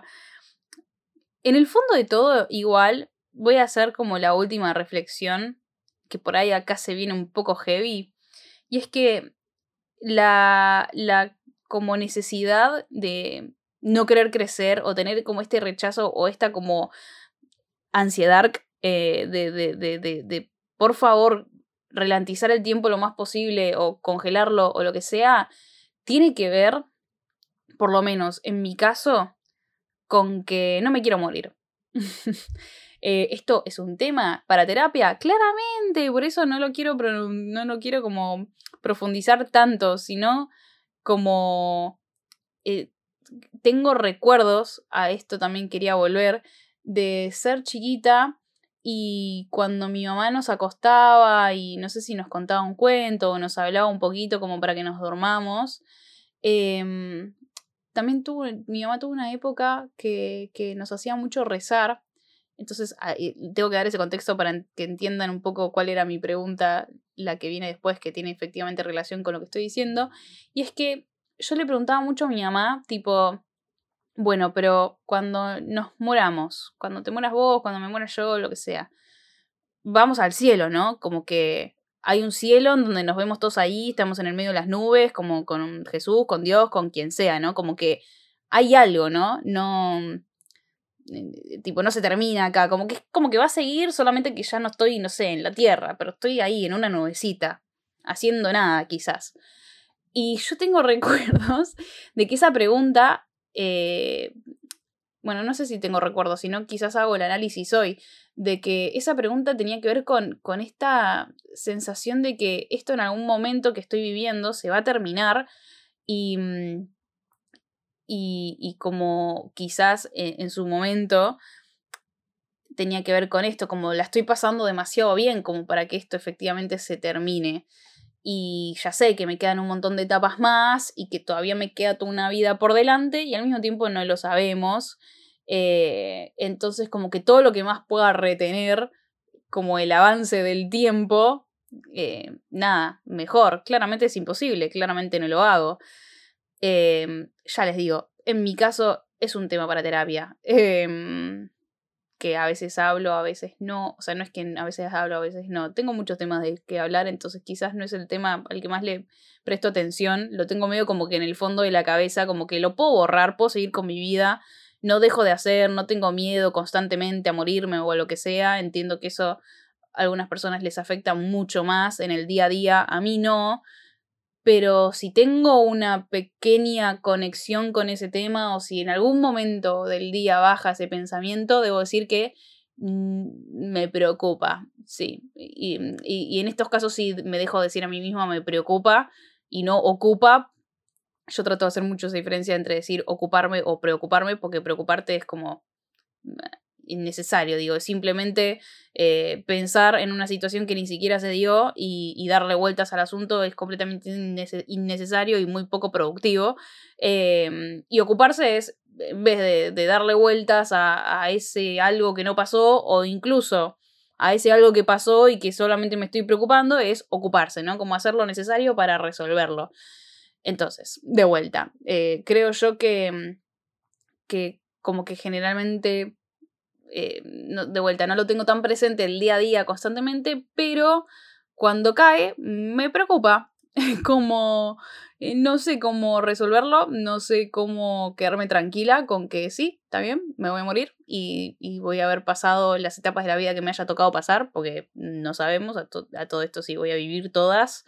En el fondo de todo, igual, voy a hacer como la última reflexión, que por ahí acá se viene un poco heavy, y es que la, la como necesidad de no querer crecer o tener como este rechazo o esta como ansiedad eh, de, de, de, de, de por favor ralentizar el tiempo lo más posible o congelarlo o lo que sea, tiene que ver, por lo menos en mi caso, con que no me quiero morir. eh, esto es un tema para terapia, claramente, por eso no lo quiero, no lo quiero como profundizar tanto, sino como eh, tengo recuerdos, a esto también quería volver, de ser chiquita y cuando mi mamá nos acostaba y no sé si nos contaba un cuento o nos hablaba un poquito como para que nos dormamos, eh, también tuvo, mi mamá tuvo una época que, que nos hacía mucho rezar. Entonces, tengo que dar ese contexto para que entiendan un poco cuál era mi pregunta, la que viene después, que tiene efectivamente relación con lo que estoy diciendo. Y es que yo le preguntaba mucho a mi mamá, tipo, bueno, pero cuando nos moramos, cuando te mueras vos, cuando me muera yo, lo que sea, vamos al cielo, ¿no? Como que hay un cielo en donde nos vemos todos ahí, estamos en el medio de las nubes, como con Jesús, con Dios, con quien sea, ¿no? Como que hay algo, ¿no? No, eh, tipo, no se termina acá, como que es como que va a seguir, solamente que ya no estoy, no sé, en la tierra, pero estoy ahí en una nubecita, haciendo nada, quizás. Y yo tengo recuerdos de que esa pregunta, eh, bueno, no sé si tengo recuerdos, sino quizás hago el análisis hoy, de que esa pregunta tenía que ver con, con esta sensación de que esto en algún momento que estoy viviendo se va a terminar y, mm, y, y como quizás en, en su momento tenía que ver con esto, como la estoy pasando demasiado bien como para que esto efectivamente se termine. Y ya sé que me quedan un montón de etapas más y que todavía me queda toda una vida por delante y al mismo tiempo no lo sabemos. Eh, entonces como que todo lo que más pueda retener, como el avance del tiempo, eh, nada, mejor. Claramente es imposible, claramente no lo hago. Eh, ya les digo, en mi caso es un tema para terapia. Eh, que a veces hablo, a veces no, o sea, no es que a veces hablo, a veces no, tengo muchos temas de que hablar, entonces quizás no es el tema al que más le presto atención, lo tengo medio como que en el fondo de la cabeza, como que lo puedo borrar, puedo seguir con mi vida, no dejo de hacer, no tengo miedo constantemente a morirme o a lo que sea, entiendo que eso a algunas personas les afecta mucho más en el día a día, a mí no, pero si tengo una pequeña conexión con ese tema o si en algún momento del día baja ese pensamiento, debo decir que mm, me preocupa, sí. Y, y, y en estos casos sí me dejo decir a mí misma me preocupa y no ocupa. Yo trato de hacer mucho esa diferencia entre decir ocuparme o preocuparme, porque preocuparte es como innecesario, digo, es simplemente eh, pensar en una situación que ni siquiera se dio y, y darle vueltas al asunto es completamente innece- innecesario y muy poco productivo. Eh, y ocuparse es, en vez de, de darle vueltas a, a ese algo que no pasó o incluso a ese algo que pasó y que solamente me estoy preocupando, es ocuparse, ¿no? Como hacer lo necesario para resolverlo. Entonces, de vuelta, eh, creo yo que, que como que generalmente eh, no, de vuelta, no lo tengo tan presente el día a día constantemente, pero cuando cae me preocupa. Como eh, no sé cómo resolverlo, no sé cómo quedarme tranquila con que sí, está bien, me voy a morir y, y voy a haber pasado las etapas de la vida que me haya tocado pasar, porque no sabemos a, to- a todo esto si voy a vivir todas,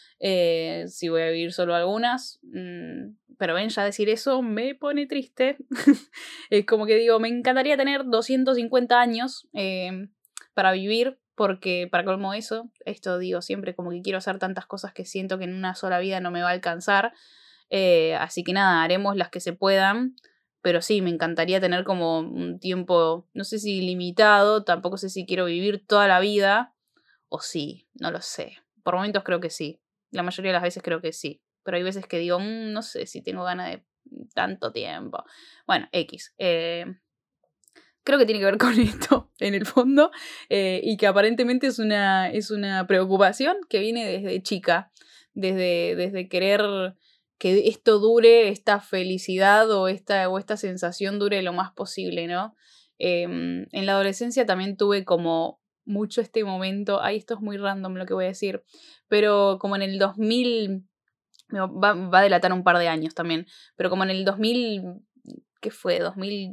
eh, si voy a vivir solo algunas. Mm, pero ven, ya decir eso me pone triste. Es como que digo, me encantaría tener doscientos cincuenta años eh, para vivir, porque para colmo eso, esto digo siempre, como que quiero hacer tantas cosas que siento que en una sola vida no me va a alcanzar. Eh, así que nada, haremos las que se puedan. Pero sí, me encantaría tener como un tiempo, no sé si limitado, tampoco sé si quiero vivir toda la vida, o sí, no lo sé. Por momentos creo que sí. La mayoría de las veces creo que sí. Pero hay veces que digo, "Mm, no sé si tengo ganas de tanto tiempo". Bueno, X. Eh, creo que tiene que ver con esto, en el fondo, eh, y que aparentemente es una, es una preocupación que viene desde chica, desde, desde querer que esto dure, esta felicidad o esta, o esta sensación dure lo más posible, ¿no? Eh, en la adolescencia también tuve como mucho este momento, ay, esto es muy random lo que voy a decir, pero como en el dos mil, va, va a delatar un par de años también, pero como en el dos mil, ¿qué fue? dos mil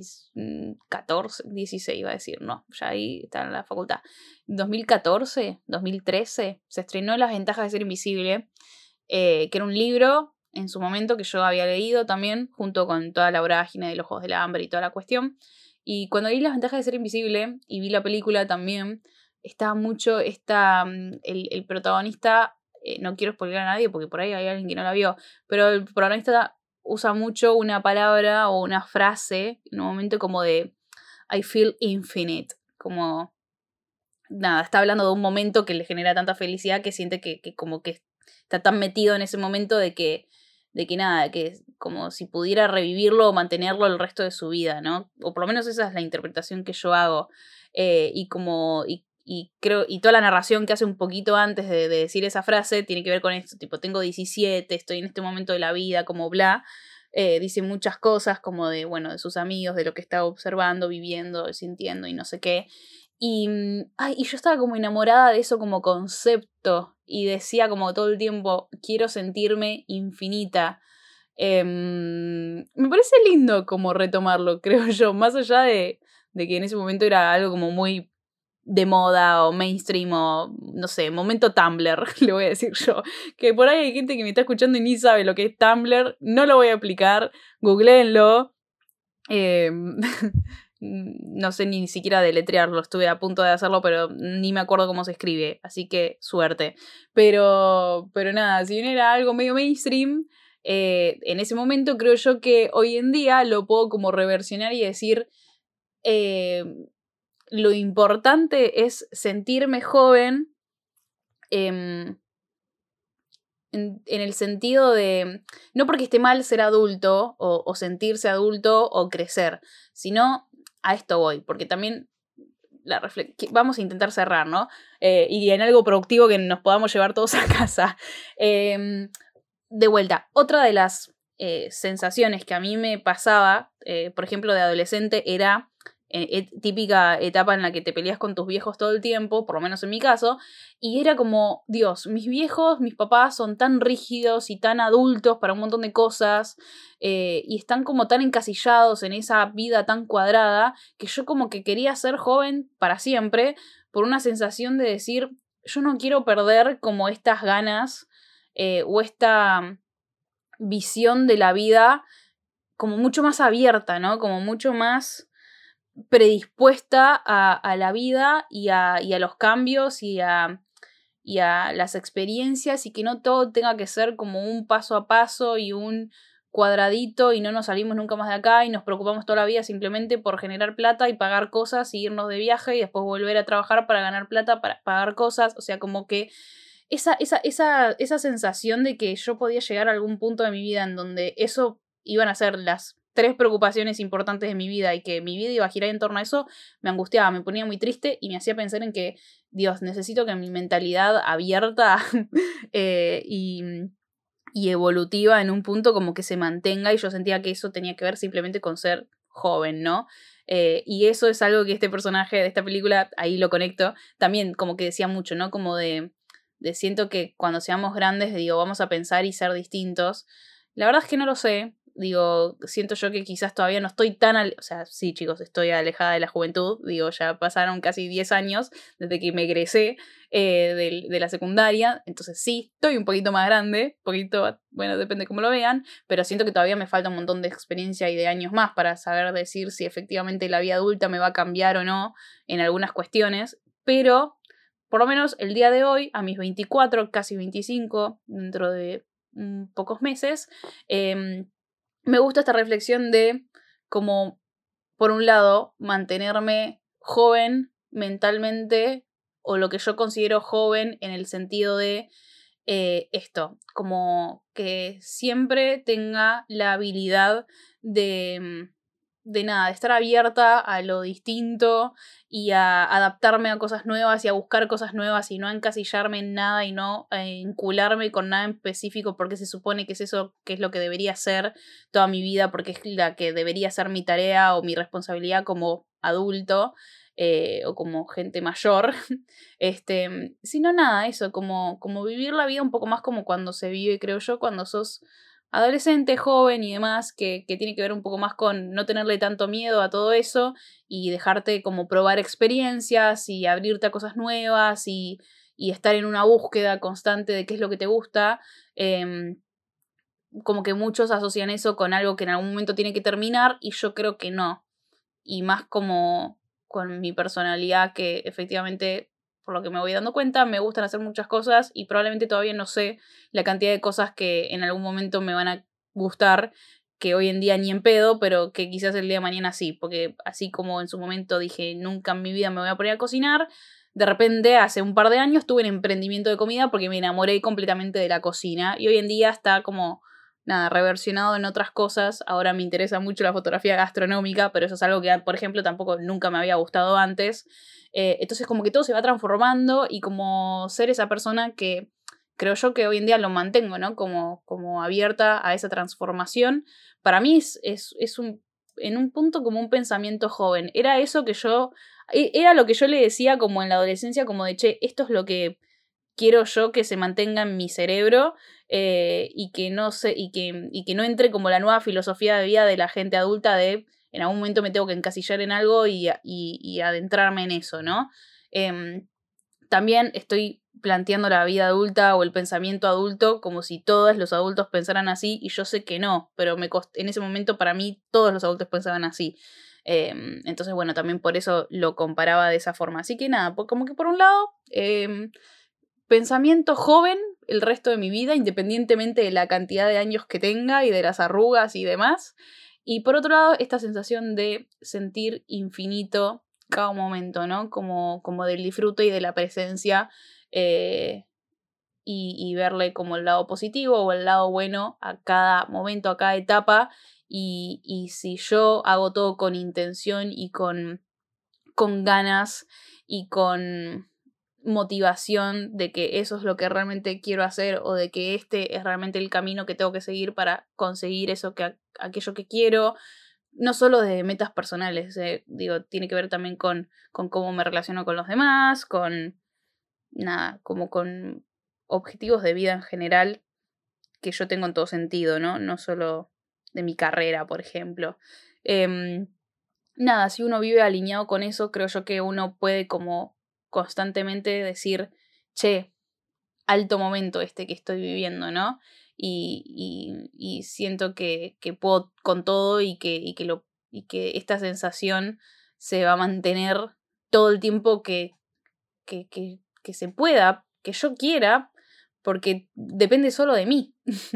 catorce, dieciséis iba a decir, no, ya ahí está en la facultad. dos mil catorce, dos mil trece, se estrenó Las ventajas de ser invisible, eh, que era un libro en su momento que yo había leído también, junto con toda la vorágine de los Juegos del Hambre y toda la cuestión. Y cuando leí Las ventajas de ser invisible y vi la película también, estaba mucho esta, mm, el, el protagonista, eh, no quiero spoiler a nadie porque por ahí hay alguien que no la vio, pero el protagonista usa mucho una palabra o una frase en un momento como de I feel infinite, como nada, está hablando de un momento que le genera tanta felicidad que siente que, que como que está tan metido en ese momento de que, de que nada, que es como si pudiera revivirlo o mantenerlo el resto de su vida, ¿no? O por lo menos esa es la interpretación que yo hago. Eh, y como, y, y creo, y toda la narración que hace un poquito antes de, de decir esa frase tiene que ver con esto, tipo, tengo diecisiete, estoy en este momento de la vida, como bla, eh, dice muchas cosas como de, bueno, de sus amigos, de lo que está observando, viviendo, sintiendo y no sé qué. Y, ay, y yo estaba como enamorada de eso como concepto y decía como todo el tiempo, quiero sentirme infinita. Eh, me parece lindo como retomarlo, creo yo, más allá de, de que en ese momento era algo como muy de moda o mainstream o, no sé, momento Tumblr, le voy a decir yo. Que por ahí hay gente que me está escuchando y ni sabe lo que es Tumblr, no lo voy a explicar, googleenlo. Eh, no sé ni siquiera deletrearlo, estuve a punto de hacerlo, pero ni me acuerdo cómo se escribe, así que suerte. Pero, pero nada, si bien era algo medio mainstream, eh, en ese momento creo yo que hoy en día lo puedo como reversionar y decir... Eh, lo importante es sentirme joven eh, en, en el sentido de, no porque esté mal ser adulto o, o sentirse adulto o crecer, sino a esto voy, porque también la refle- vamos a intentar cerrar, ¿no? Eh, y en algo productivo que nos podamos llevar todos a casa. Eh, de vuelta, otra de las eh, sensaciones que a mí me pasaba, eh, por ejemplo, de adolescente, era eh, típica etapa en la que te peleas con tus viejos todo el tiempo, por lo menos en mi caso, y era como, Dios, mis viejos, mis papás son tan rígidos y tan adultos para un montón de cosas, eh, y están como tan encasillados en esa vida tan cuadrada, que yo como que quería ser joven para siempre, por una sensación de decir, yo no quiero perder como estas ganas eh, o esta visión de la vida como mucho más abierta, ¿no? Como mucho más predispuesta a, a la vida y a, y a los cambios y a, y a las experiencias y que no todo tenga que ser como un paso a paso y un cuadradito y no nos salimos nunca más de acá y nos preocupamos toda la vida simplemente por generar plata y pagar cosas y irnos de viaje y después volver a trabajar para ganar plata, para pagar cosas, o sea, como que esa, esa, esa, esa sensación de que yo podía llegar a algún punto de mi vida en donde eso iban a ser las tres preocupaciones importantes de mi vida y que mi vida iba a girar en torno a eso, me angustiaba, me ponía muy triste y me hacía pensar en que, Dios, necesito que mi mentalidad abierta eh, y, y evolutiva en un punto como que se mantenga y yo sentía que eso tenía que ver simplemente con ser joven, ¿no? Eh, y eso es algo que este personaje de esta película, ahí lo conecto, también como que decía mucho, ¿no? Como de, de siento que cuando seamos grandes, digo, vamos a pensar y ser distintos. La verdad es que no lo sé. Digo, siento yo que quizás todavía no estoy tan... Ale- o sea, sí, chicos, estoy alejada de la juventud. Digo, ya pasaron casi diez años desde que me egresé eh, de, de la secundaria. Entonces sí, estoy un poquito más grande. Poquito, bueno, depende cómo lo vean. Pero siento que todavía me falta un montón de experiencia y de años más para saber decir si efectivamente la vida adulta me va a cambiar o no en algunas cuestiones. Pero, por lo menos el día de hoy, a mis veinticuatro, casi veinticinco, dentro de mm, pocos meses... Eh, me gusta esta reflexión de como, por un lado, mantenerme joven mentalmente o lo que yo considero joven en el sentido de eh, esto, como que siempre tenga la habilidad de, de nada, de estar abierta a lo distinto y a adaptarme a cosas nuevas y a buscar cosas nuevas y no a encasillarme en nada y no a encularme con nada en específico porque se supone que es eso que es lo que debería ser toda mi vida porque es la que debería ser mi tarea o mi responsabilidad como adulto eh, o como gente mayor. Este, sino nada, eso, como, como vivir la vida un poco más como cuando se vive, creo yo, cuando sos adolescente, joven y demás, que, que tiene que ver un poco más con no tenerle tanto miedo a todo eso y dejarte como probar experiencias y abrirte a cosas nuevas y, y estar en una búsqueda constante de qué es lo que te gusta. Eh, como que muchos asocian eso con algo que en algún momento tiene que terminar y yo creo que no. Y más como con mi personalidad que efectivamente, por lo que me voy dando cuenta, me gustan hacer muchas cosas y probablemente todavía no sé la cantidad de cosas que en algún momento me van a gustar, que hoy en día ni en pedo, pero que quizás el día de mañana sí, porque así como en su momento dije, nunca en mi vida me voy a poner a cocinar, de repente hace un par de años tuve un emprendimiento de comida porque me enamoré completamente de la cocina y hoy en día está como nada, reversionado en otras cosas. Ahora me interesa mucho la fotografía gastronómica, pero eso es algo que, por ejemplo, tampoco nunca me había gustado antes. Eh, entonces como que todo se va transformando y como ser esa persona que creo yo que hoy en día lo mantengo, ¿no? Como, como abierta a esa transformación. Para mí es, es, es un, en un punto como un pensamiento joven. Era eso que yo, era lo que yo le decía como en la adolescencia, como de, che, esto es lo que quiero yo que se mantenga en mi cerebro eh, y, que no se, y, que, y que no entre como la nueva filosofía de vida de la gente adulta de en algún momento me tengo que encasillar en algo y, y, y adentrarme en eso, ¿no? Eh, también estoy planteando la vida adulta o el pensamiento adulto como si todos los adultos pensaran así y yo sé que no, pero me cost- en ese momento para mí todos los adultos pensaban así. Eh, entonces, bueno, también por eso lo comparaba de esa forma. Así que nada, pues como que por un lado, eh, pensamiento joven el resto de mi vida, independientemente de la cantidad de años que tenga y de las arrugas y demás. Y por otro lado, esta sensación de sentir infinito cada momento, ¿no? Como, como del disfrute y de la presencia eh, y, y verle como el lado positivo o el lado bueno a cada momento, a cada etapa. Y, y si yo hago todo con intención y con, con ganas y con motivación de que eso es lo que realmente quiero hacer o de que este es realmente el camino que tengo que seguir para conseguir eso que aquello que quiero, no solo de metas personales, eh, digo, tiene que ver también con, con cómo me relaciono con los demás, con nada, como con objetivos de vida en general que yo tengo en todo sentido, ¿no? No solo de mi carrera, por ejemplo. Eh, nada, si uno vive alineado con eso, creo yo que uno puede como constantemente decir, che, alto momento este que estoy viviendo, ¿no? Y, y, y siento que, que puedo con todo y que, y, que lo, y que esta sensación se va a mantener todo el tiempo que, que, que, que se pueda, que yo quiera, porque depende solo de mí.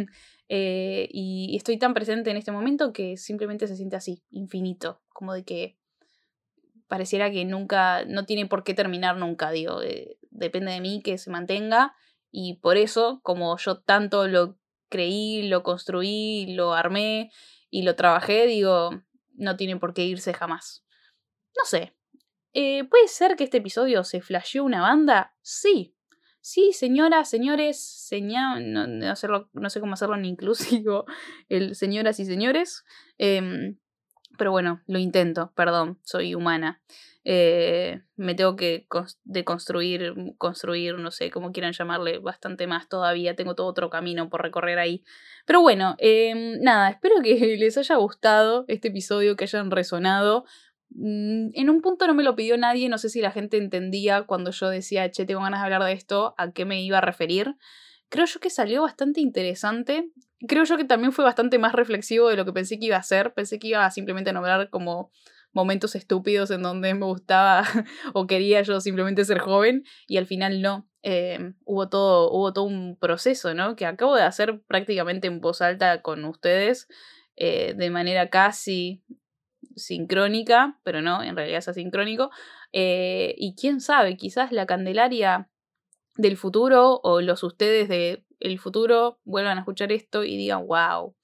eh, y estoy tan presente en este momento que simplemente se siente así, infinito, como de que pareciera que nunca, no tiene por qué terminar nunca, digo, eh, depende de mí que se mantenga y por eso, como yo tanto lo creí, lo construí, lo armé y lo trabajé, digo, no tiene por qué irse jamás. No sé, eh, ¿puede ser que este episodio se flasheó una banda? Sí. Sí, señoras, señores, seña... no, no, hacerlo, no sé cómo hacerlo en inclusivo, el señoras y señores. Eh, pero bueno, lo intento, perdón, soy humana. Eh, me tengo que cons- deconstruir, construir, no sé, cómo quieran llamarle, bastante más todavía. Tengo todo otro camino por recorrer ahí. Pero bueno, eh, nada, espero que les haya gustado este episodio, que hayan resonado. Mm, En un punto no me lo pidió nadie, no sé si la gente entendía cuando yo decía, che, tengo ganas de hablar de esto, a qué me iba a referir. Creo yo que salió bastante interesante. Creo yo que también fue bastante más reflexivo de lo que pensé que iba a ser. Pensé que iba a simplemente nombrar como momentos estúpidos en donde me gustaba o quería yo simplemente ser joven y al final no. Eh, hubo, todo, hubo todo un proceso, ¿no? Que acabo de hacer prácticamente en voz alta con ustedes eh, de manera casi sincrónica, pero no, en realidad es asincrónico. Eh, y quién sabe, quizás la Candelaria del futuro o los ustedes del futuro vuelvan a escuchar esto y digan, wow,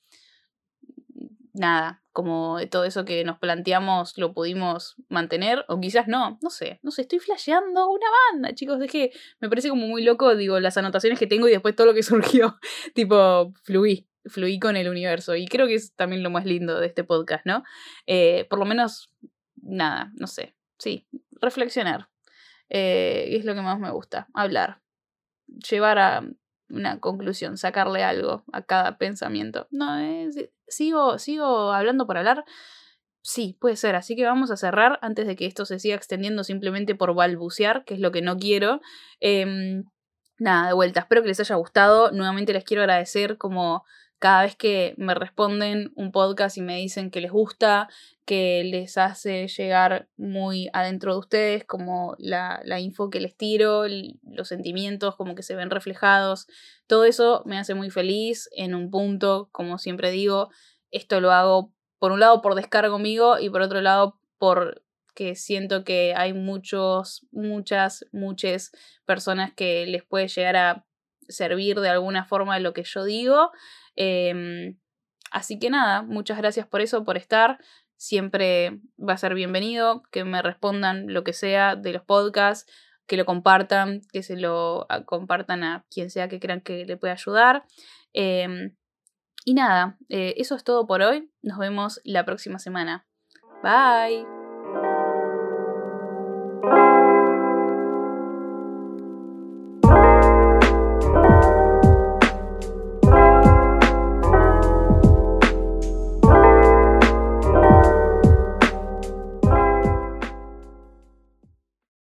nada, como todo eso que nos planteamos lo pudimos mantener, o quizás no, no sé, no sé, estoy flasheando una banda, chicos, es que me parece como muy loco, digo, las anotaciones que tengo y después todo lo que surgió, tipo, fluí, fluí con el universo, y creo que es también lo más lindo de este podcast, ¿no? Eh, por lo menos, nada, no sé, sí, reflexionar, eh, es lo que más me gusta, hablar, llevar a una conclusión, sacarle algo a cada pensamiento. No, es, sigo, sigo hablando por hablar. Sí, puede ser. Así que vamos a cerrar antes de que esto se siga extendiendo simplemente por balbucear, que es lo que no quiero. Eh, nada, de vuelta. Espero que les haya gustado. Nuevamente les quiero agradecer como cada vez que me responden un podcast y me dicen que les gusta, que les hace llegar muy adentro de ustedes, como la, la info que les tiro, los sentimientos como que se ven reflejados. Todo eso me hace muy feliz en un punto, como siempre digo, esto lo hago por un lado por descargo mío y por otro lado porque siento que hay muchos, muchas, muchas personas que les puede llegar a servir de alguna forma lo que yo digo. Eh, así que nada, muchas gracias por eso, por estar. Siempre va a ser bienvenido que me respondan lo que sea de los podcasts, que lo compartan, que se lo a, compartan a quien sea que crean que le pueda ayudar. Eh, y nada, eh, eso es todo por hoy. Nos vemos la próxima semana. Bye.